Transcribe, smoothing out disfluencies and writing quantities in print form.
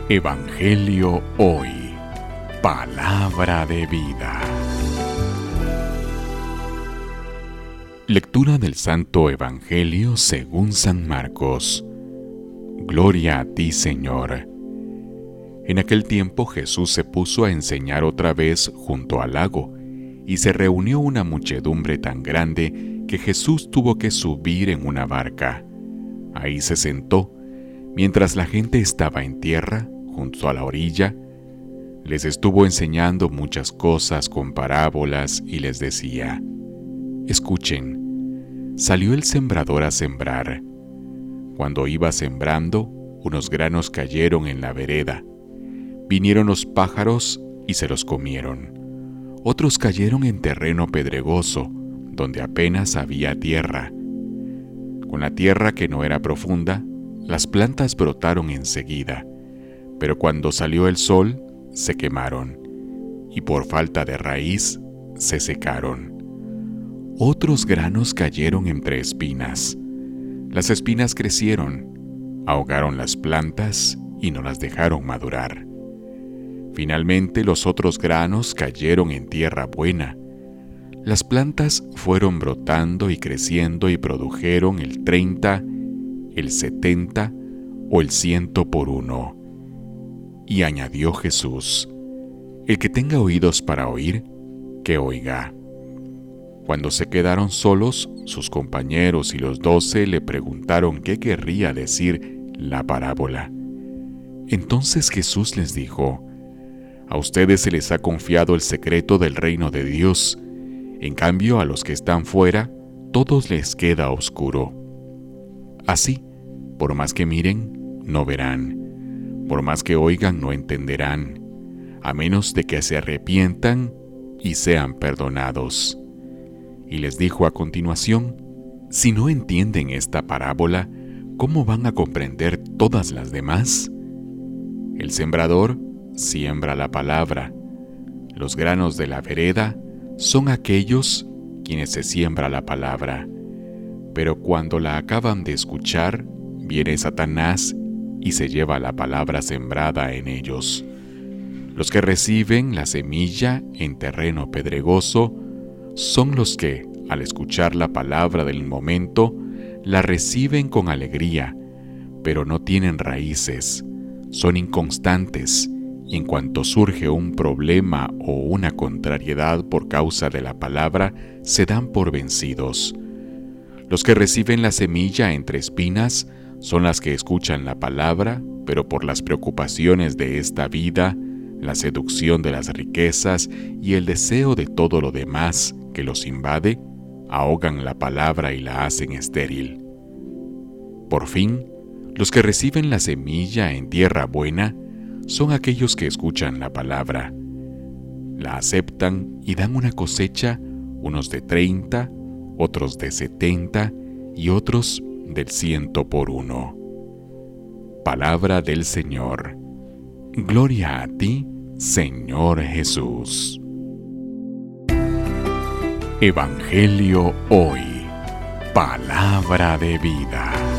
Evangelio Hoy. Palabra de vida. Lectura del Santo Evangelio según San Marcos. Gloria a ti, Señor. En aquel tiempo Jesús se puso a enseñar otra vez junto al lago, y se reunió una muchedumbre tan grande que Jesús tuvo que subir en una barca. Ahí se sentó, mientras la gente estaba en tierra, junto a la orilla. Les estuvo enseñando muchas cosas con parábolas y les decía: Escuchen, salió el sembrador a sembrar. Cuando iba sembrando, unos granos cayeron en la vereda. Vinieron los pájaros y se los comieron. Otros cayeron en terreno pedregoso, donde apenas había tierra. Con la tierra que no era profunda, las plantas brotaron enseguida, pero cuando salió el sol, se quemaron, y por falta de raíz, se secaron. Otros granos cayeron entre espinas. Las espinas crecieron, ahogaron las plantas y no las dejaron madurar. Finalmente los otros granos cayeron en tierra buena. Las plantas fueron brotando y creciendo y produjeron el 30, el 70 o el 100 por uno. Y añadió Jesús: El que tenga oídos para oír, que oiga. Cuando se quedaron solos, sus compañeros y los 12 le preguntaron qué querría decir la parábola. Entonces Jesús les dijo: A ustedes se les ha confiado el secreto del reino de Dios. En cambio, a los que están fuera, todos les queda oscuro. Así, por más que miren, no verán. Por más que oigan, no entenderán, a menos de que se arrepientan y sean perdonados. Y les dijo a continuación: Si no entienden esta parábola, ¿cómo van a comprender todas las demás? El sembrador siembra la palabra. Los granos de la vereda son aquellos quienes se siembra la palabra. Pero cuando la acaban de escuchar, viene Satanás y se lleva la palabra sembrada en ellos. Los que reciben la semilla en terreno pedregoso son los que, al escuchar la palabra del momento, la reciben con alegría, pero no tienen raíces, son inconstantes, y en cuanto surge un problema o una contrariedad por causa de la palabra, se dan por vencidos. Los que reciben la semilla entre espinas son las que escuchan la palabra, pero por las preocupaciones de esta vida, la seducción de las riquezas y el deseo de todo lo demás que los invade, ahogan la palabra y la hacen estéril. Por fin, los que reciben la semilla en tierra buena son aquellos que escuchan la palabra, la aceptan y dan una cosecha, unos de 30, otros de 70 y otros del 100 por uno. Palabra del Señor. Gloria a ti, Señor Jesús. Evangelio Hoy. Palabra de vida.